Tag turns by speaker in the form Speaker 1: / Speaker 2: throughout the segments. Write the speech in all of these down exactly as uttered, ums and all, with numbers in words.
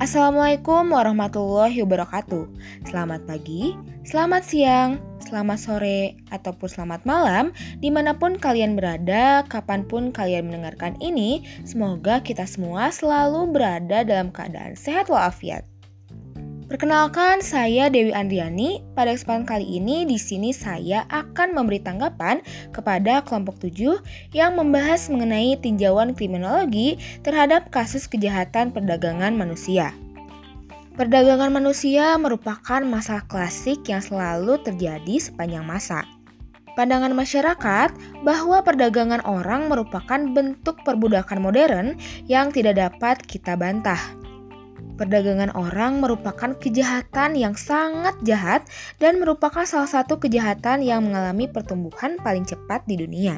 Speaker 1: Assalamualaikum warahmatullahi wabarakatuh. Selamat pagi, selamat siang, selamat sore, ataupun selamat malam dimanapun kalian berada, kapanpun kalian mendengarkan ini. Semoga kita semua selalu berada dalam keadaan sehat walafiat. Perkenalkan, saya Dewi Andriani. Pada kesempatan kali ini di sini saya akan memberi tanggapan kepada kelompok tujuh yang membahas mengenai tinjauan kriminologi terhadap kasus kejahatan perdagangan manusia. Perdagangan manusia merupakan masalah klasik yang selalu terjadi sepanjang masa. Pandangan masyarakat bahwa perdagangan orang merupakan bentuk perbudakan modern yang tidak dapat kita bantah. Perdagangan orang merupakan kejahatan yang sangat jahat dan merupakan salah satu kejahatan yang mengalami pertumbuhan paling cepat di dunia.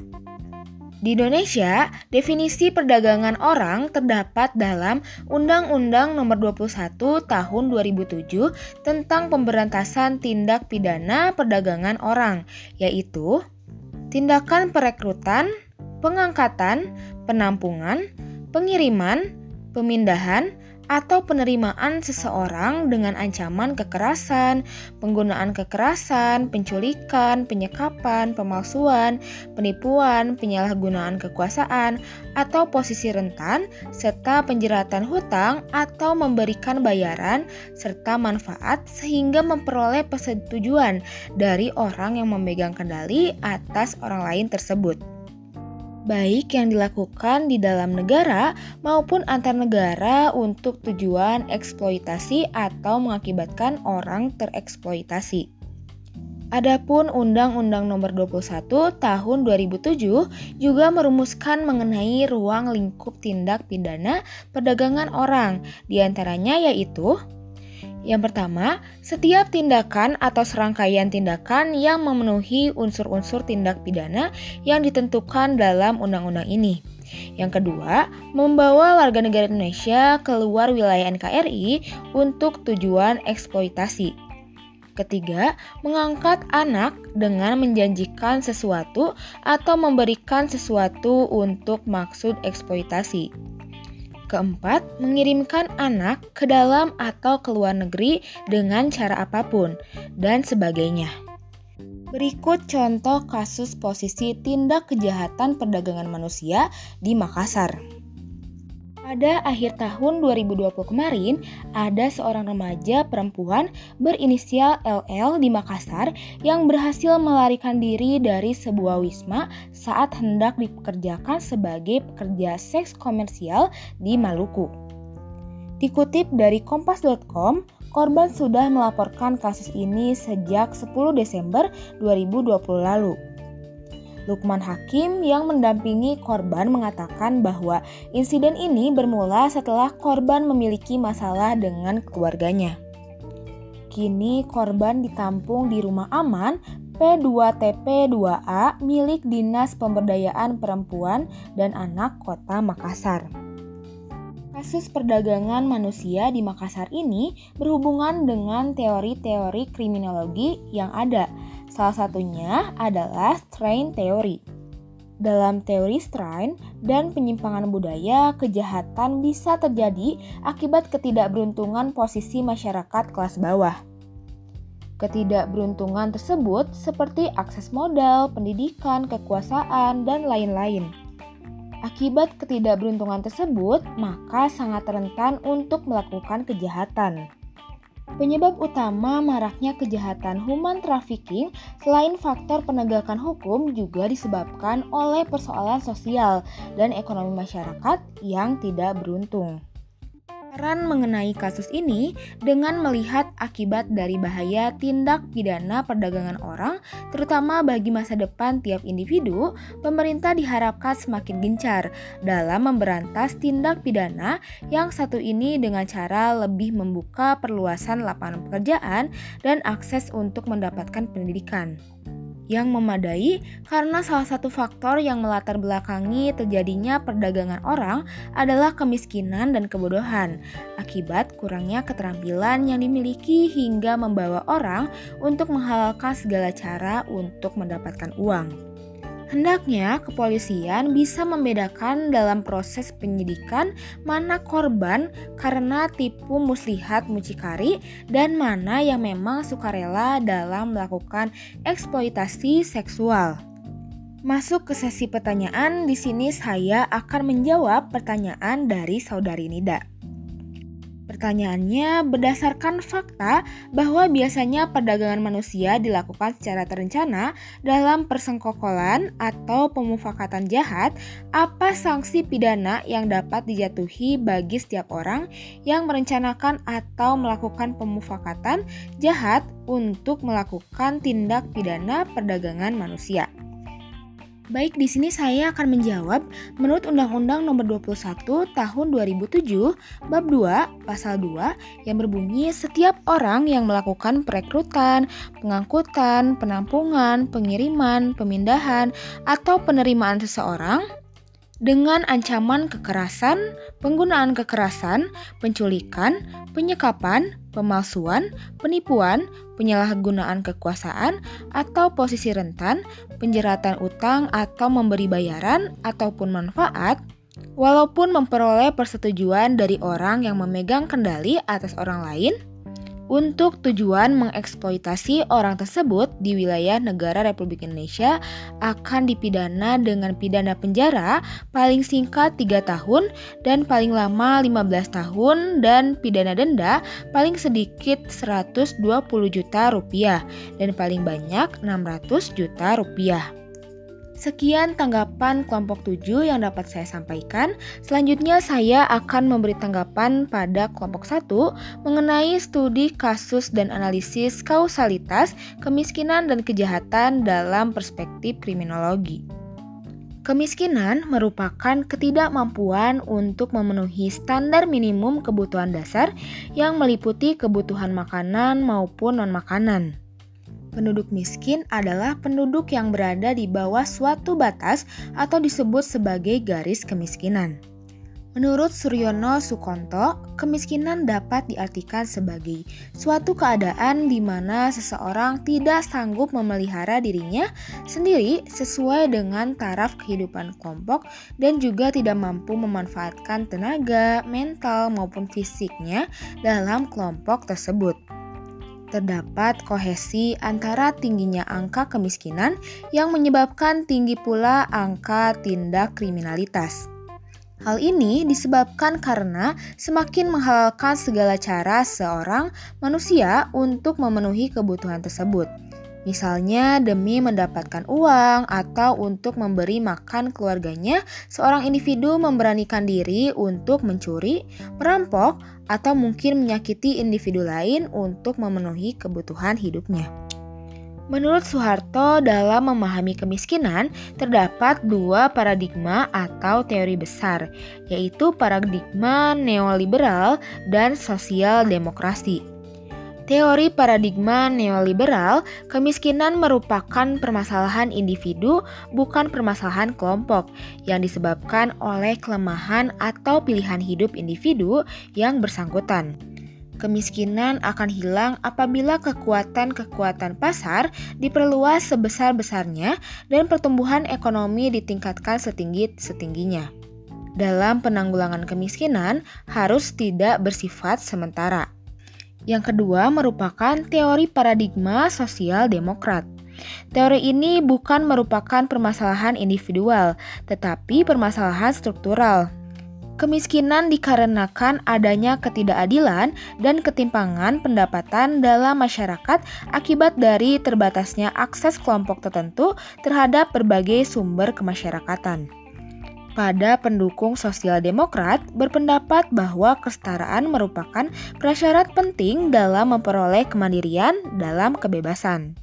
Speaker 1: Di Indonesia, definisi perdagangan orang terdapat dalam Undang-Undang Nomor dua puluh satu Tahun dua ribu tujuh tentang Pemberantasan Tindak Pidana Perdagangan Orang, yaitu tindakan perekrutan, pengangkatan, penampungan, pengiriman, pemindahan, atau penerimaan seseorang dengan ancaman kekerasan, penggunaan kekerasan, penculikan, penyekapan, pemalsuan, penipuan, penyalahgunaan kekuasaan, atau posisi rentan, serta penjeratan hutang atau memberikan bayaran serta manfaat sehingga memperoleh persetujuan dari orang yang memegang kendali atas orang lain tersebut, baik yang dilakukan di dalam negara maupun antar negara untuk tujuan eksploitasi atau mengakibatkan orang tereksploitasi. Adapun Undang-Undang Nomor dua puluh satu Tahun dua ribu tujuh juga merumuskan mengenai ruang lingkup tindak pidana perdagangan orang, diantaranya yaitu: yang pertama, setiap tindakan atau serangkaian tindakan yang memenuhi unsur-unsur tindak pidana yang ditentukan dalam undang-undang ini. Yang kedua, membawa warga negara Indonesia keluar wilayah N K R I untuk tujuan eksploitasi. Ketiga, mengangkat anak dengan menjanjikan sesuatu atau memberikan sesuatu untuk maksud eksploitasi. Keempat, mengirimkan anak ke dalam atau ke luar negeri dengan cara apapun, dan sebagainya. Berikut contoh kasus posisi tindak kejahatan perdagangan manusia di Makassar. Pada akhir tahun dua ribu dua puluh kemarin, ada seorang remaja perempuan berinisial L L di Makassar yang berhasil melarikan diri dari sebuah wisma saat hendak dipekerjakan sebagai pekerja seks komersial di Maluku. Dikutip dari kompas titik com, korban sudah melaporkan kasus ini sejak sepuluh Desember dua ribu dua puluh lalu. Lukman Hakim yang mendampingi korban mengatakan bahwa insiden ini bermula setelah korban memiliki masalah dengan keluarganya. Kini korban ditampung di rumah aman P dua T P dua A milik Dinas Pemberdayaan Perempuan dan Anak Kota Makassar. Kasus perdagangan manusia di Makassar ini berhubungan dengan teori-teori kriminologi yang ada. Salah satunya adalah strain theory. Dalam teori strain dan penyimpangan budaya, kejahatan bisa terjadi akibat ketidakberuntungan posisi masyarakat kelas bawah. Ketidakberuntungan tersebut seperti akses modal, pendidikan, kekuasaan, dan lain-lain. Akibat ketidakberuntungan tersebut, maka sangat rentan untuk melakukan kejahatan. Penyebab utama maraknya kejahatan human trafficking selain faktor penegakan hukum juga disebabkan oleh persoalan sosial dan ekonomi masyarakat yang tidak beruntung. Saran mengenai kasus ini dengan melihat akibat dari bahaya tindak pidana perdagangan orang, terutama bagi masa depan tiap individu, pemerintah diharapkan semakin gencar dalam memberantas tindak pidana yang satu ini dengan cara lebih membuka perluasan lapangan pekerjaan dan akses untuk mendapatkan pendidikan yang memadai, karena salah satu faktor yang melatar belakangi terjadinya perdagangan orang adalah kemiskinan dan kebodohan akibat kurangnya keterampilan yang dimiliki hingga membawa orang untuk menghalalkan segala cara untuk mendapatkan uang. Hendaknya kepolisian bisa membedakan dalam proses penyidikan mana korban karena tipu muslihat mucikari dan mana yang memang sukarela dalam melakukan eksploitasi seksual. Masuk ke sesi pertanyaan, di sini saya akan menjawab pertanyaan dari saudari Nida. Pertanyaannya, berdasarkan fakta bahwa biasanya perdagangan manusia dilakukan secara terencana dalam persengkokolan atau pemufakatan jahat, apa sanksi pidana yang dapat dijatuhi bagi setiap orang yang merencanakan atau melakukan pemufakatan jahat untuk melakukan tindak pidana perdagangan manusia? Baik, di sini saya akan menjawab menurut Undang-Undang Nomor dua puluh satu Tahun dua ribu tujuh, Bab dua, Pasal dua, yang berbunyi setiap orang yang melakukan perekrutan, pengangkutan, penampungan, pengiriman, pemindahan, atau penerimaan seseorang dengan ancaman kekerasan, penggunaan kekerasan, penculikan, penyekapan, pemalsuan, penipuan, penyalahgunaan kekuasaan atau posisi rentan, penjeratan utang atau memberi bayaran ataupun manfaat, walaupun memperoleh persetujuan dari orang yang memegang kendali atas orang lain, untuk tujuan mengeksploitasi orang tersebut di wilayah negara Republik Indonesia akan dipidana dengan pidana penjara paling singkat tiga tahun dan paling lama lima belas tahun dan pidana denda paling sedikit seratus dua puluh juta rupiah dan paling banyak enam ratus juta rupiah. Sekian tanggapan kelompok tujuh yang dapat saya sampaikan. Selanjutnya saya akan memberi tanggapan pada kelompok satu mengenai studi kasus dan analisis kausalitas kemiskinan dan kejahatan dalam perspektif kriminologi. Kemiskinan merupakan ketidakmampuan untuk memenuhi standar minimum kebutuhan dasar yang meliputi kebutuhan makanan maupun non-makanan. Penduduk miskin adalah penduduk yang berada di bawah suatu batas atau disebut sebagai garis kemiskinan. Menurut Suryono Sukonto, kemiskinan dapat diartikan sebagai suatu keadaan di mana seseorang tidak sanggup memelihara dirinya sendiri sesuai dengan taraf kehidupan kelompok dan juga tidak mampu memanfaatkan tenaga, mental maupun fisiknya dalam kelompok tersebut. Terdapat kohesi antara tingginya angka kemiskinan yang menyebabkan tinggi pula angka tindak kriminalitas. Hal ini disebabkan karena semakin menghalalkan segala cara seorang manusia untuk memenuhi kebutuhan tersebut. Misalnya demi mendapatkan uang atau untuk memberi makan keluarganya, seorang individu memberanikan diri untuk mencuri, merampok, atau mungkin menyakiti individu lain untuk memenuhi kebutuhan hidupnya. Menurut Soeharto, dalam memahami kemiskinan, terdapat dua paradigma atau teori besar, yaitu paradigma neoliberal dan sosial demokrasi. Teori paradigma neoliberal, kemiskinan merupakan permasalahan individu, bukan permasalahan kelompok, yang disebabkan oleh kelemahan atau pilihan hidup individu yang bersangkutan. Kemiskinan akan hilang apabila kekuatan-kekuatan pasar diperluas sebesar-besarnya dan pertumbuhan ekonomi ditingkatkan setinggi-setingginya. Dalam penanggulangan kemiskinan harus tidak bersifat sementara. Yang kedua merupakan teori paradigma sosial demokrat. Teori ini bukan merupakan permasalahan individual, tetapi permasalahan struktural. Kemiskinan dikarenakan adanya ketidakadilan dan ketimpangan pendapatan dalam masyarakat akibat dari terbatasnya akses kelompok tertentu terhadap berbagai sumber kemasyarakatan. Pada pendukung sosial demokrat berpendapat bahwa kesetaraan merupakan prasyarat penting dalam memperoleh kemandirian dalam kebebasan.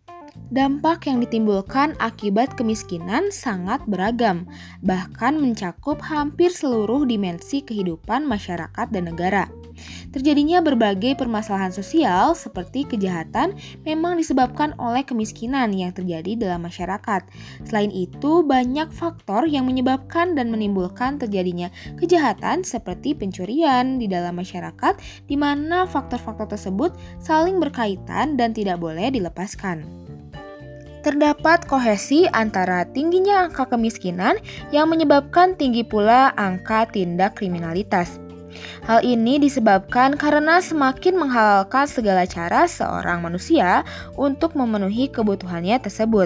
Speaker 1: Dampak yang ditimbulkan akibat kemiskinan sangat beragam, bahkan mencakup hampir seluruh dimensi kehidupan masyarakat dan negara. Terjadinya berbagai permasalahan sosial seperti kejahatan memang disebabkan oleh kemiskinan yang terjadi dalam masyarakat. Selain itu, banyak faktor yang menyebabkan dan menimbulkan terjadinya kejahatan seperti pencurian di dalam masyarakat, di mana faktor-faktor tersebut saling berkaitan dan tidak boleh dilepaskan. Terdapat kohesi antara tingginya angka kemiskinan yang menyebabkan tinggi pula angka tindak kriminalitas. Hal ini disebabkan karena semakin menghalalkan segala cara seorang manusia untuk memenuhi kebutuhannya tersebut.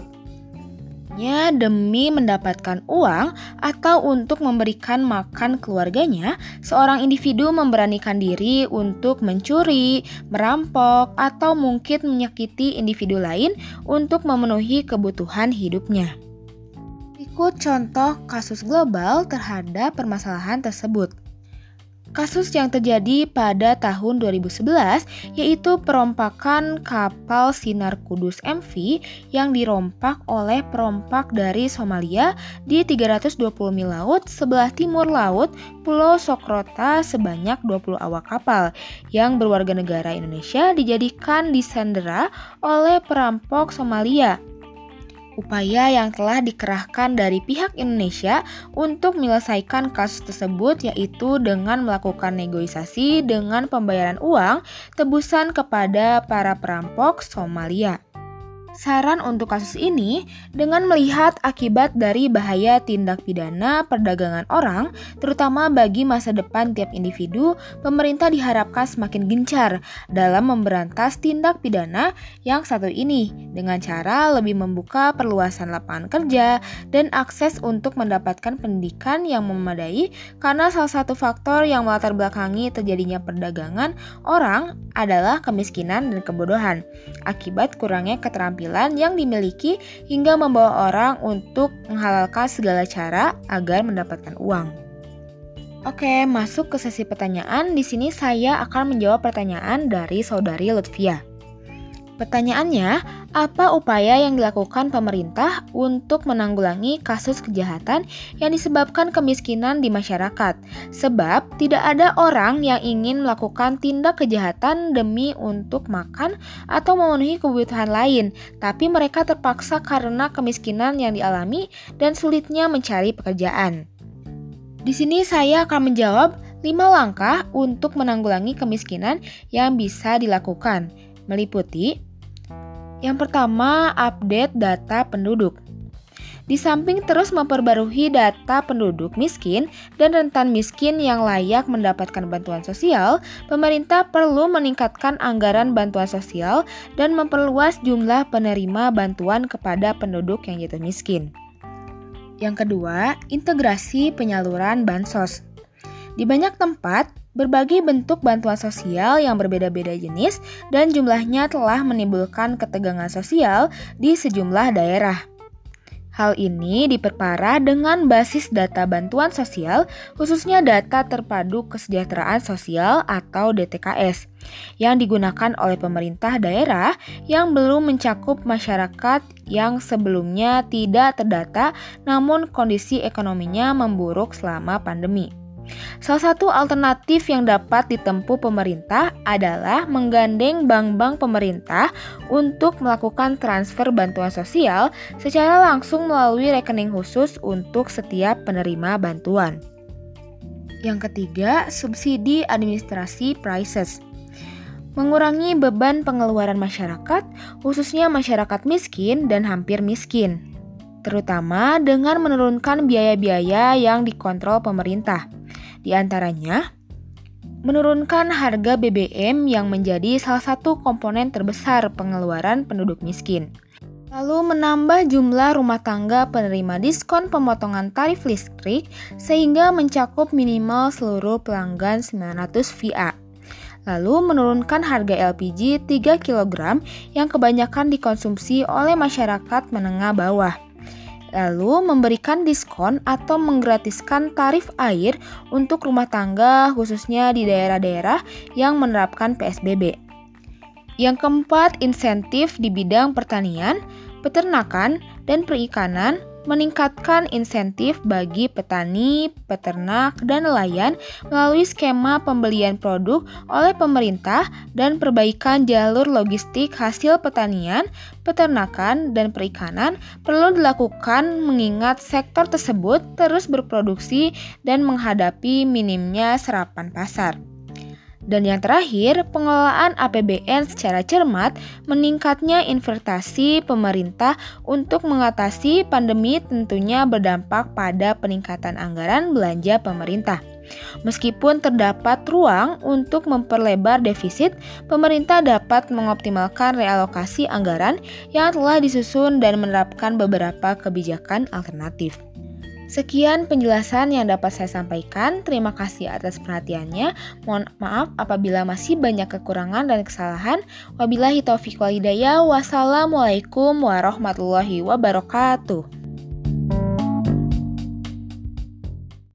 Speaker 1: Demi mendapatkan uang atau untuk memberikan makan keluarganya, seorang individu memberanikan diri untuk mencuri, merampok, atau mungkin menyakiti individu lain untuk memenuhi kebutuhan hidupnya. Berikut contoh kasus global terhadap permasalahan tersebut. Kasus yang terjadi pada tahun dua ribu sebelas yaitu perompakan kapal Sinar Kudus M V yang dirompak oleh perompak dari Somalia di tiga ratus dua puluh mil laut sebelah timur laut Pulau Sokrota sebanyak dua puluh awak kapal yang berwarga negara Indonesia dijadikan disandera oleh perampok Somalia. Upaya yang telah dikerahkan dari pihak Indonesia untuk menyelesaikan kasus tersebut yaitu dengan melakukan negosiasi dengan pembayaran uang tebusan kepada para perampok Somalia. Saran untuk kasus ini, dengan melihat akibat dari bahaya tindak pidana perdagangan orang, terutama bagi masa depan tiap individu, pemerintah diharapkan semakin gencar dalam memberantas tindak pidana yang satu ini dengan cara lebih membuka perluasan lapangan kerja dan akses untuk mendapatkan pendidikan yang memadai karena salah satu faktor yang melatar belakangi terjadinya perdagangan orang adalah kemiskinan dan kebodohan akibat kurangnya keterampilan yang dimiliki hingga membawa orang untuk menghalalkan segala cara agar mendapatkan uang. Oke, masuk ke sesi pertanyaan. Di sini saya akan menjawab pertanyaan dari saudari Lutfia. Pertanyaannya, apa upaya yang dilakukan pemerintah untuk menanggulangi kasus kejahatan yang disebabkan kemiskinan di masyarakat? Sebab tidak ada orang yang ingin melakukan tindak kejahatan demi untuk makan atau memenuhi kebutuhan lain, tapi mereka terpaksa karena kemiskinan yang dialami dan sulitnya mencari pekerjaan. Di sini saya akan menjawab lima langkah untuk menanggulangi kemiskinan yang bisa dilakukan, meliputi yang pertama, update data penduduk. Di samping terus memperbarui data penduduk miskin dan rentan miskin yang layak mendapatkan bantuan sosial, pemerintah perlu meningkatkan anggaran bantuan sosial dan memperluas jumlah penerima bantuan kepada penduduk yang jatuh miskin. Yang kedua, integrasi penyaluran bansos. Di banyak tempat, berbagai bentuk bantuan sosial yang berbeda-beda jenis dan jumlahnya telah menimbulkan ketegangan sosial di sejumlah daerah. Hal ini diperparah dengan basis data bantuan sosial, khususnya data terpadu kesejahteraan sosial atau D T K S, yang digunakan oleh pemerintah daerah yang belum mencakup masyarakat yang sebelumnya tidak terdata namun kondisi ekonominya memburuk selama pandemi. Salah satu alternatif yang dapat ditempuh pemerintah adalah menggandeng bank-bank pemerintah untuk melakukan transfer bantuan sosial secara langsung melalui rekening khusus untuk setiap penerima bantuan. Yang ketiga, subsidi administrasi prices. Mengurangi beban pengeluaran masyarakat, khususnya masyarakat miskin dan hampir miskin, terutama dengan menurunkan biaya-biaya yang dikontrol pemerintah. Di antaranya, menurunkan harga B B M yang menjadi salah satu komponen terbesar pengeluaran penduduk miskin. Lalu menambah jumlah rumah tangga penerima diskon pemotongan tarif listrik sehingga mencakup minimal seluruh pelanggan sembilan ratus volt. Lalu menurunkan harga L P G tiga kilogram yang kebanyakan dikonsumsi oleh masyarakat menengah bawah. Lalu memberikan diskon atau menggratiskan tarif air untuk rumah tangga khususnya di daerah-daerah yang menerapkan P S B B. Yang keempat, insentif di bidang pertanian, peternakan, dan perikanan, meningkatkan insentif bagi petani, peternak, dan nelayan melalui skema pembelian produk oleh pemerintah dan perbaikan jalur logistik hasil pertanian, peternakan, dan perikanan perlu dilakukan mengingat sektor tersebut terus berproduksi dan menghadapi minimnya serapan pasar. Dan yang terakhir, pengelolaan A P B N secara cermat, meningkatnya investasi pemerintah untuk mengatasi pandemi tentunya berdampak pada peningkatan anggaran belanja pemerintah. Meskipun terdapat ruang untuk memperlebar defisit, pemerintah dapat mengoptimalkan realokasi anggaran yang telah disusun dan menerapkan beberapa kebijakan alternatif. Sekian penjelasan yang dapat saya sampaikan. Terima kasih atas perhatiannya. Mohon maaf apabila masih banyak kekurangan dan kesalahan. Wabillahi taufiq wal hidayah. Wassalamualaikum warahmatullahi wabarakatuh.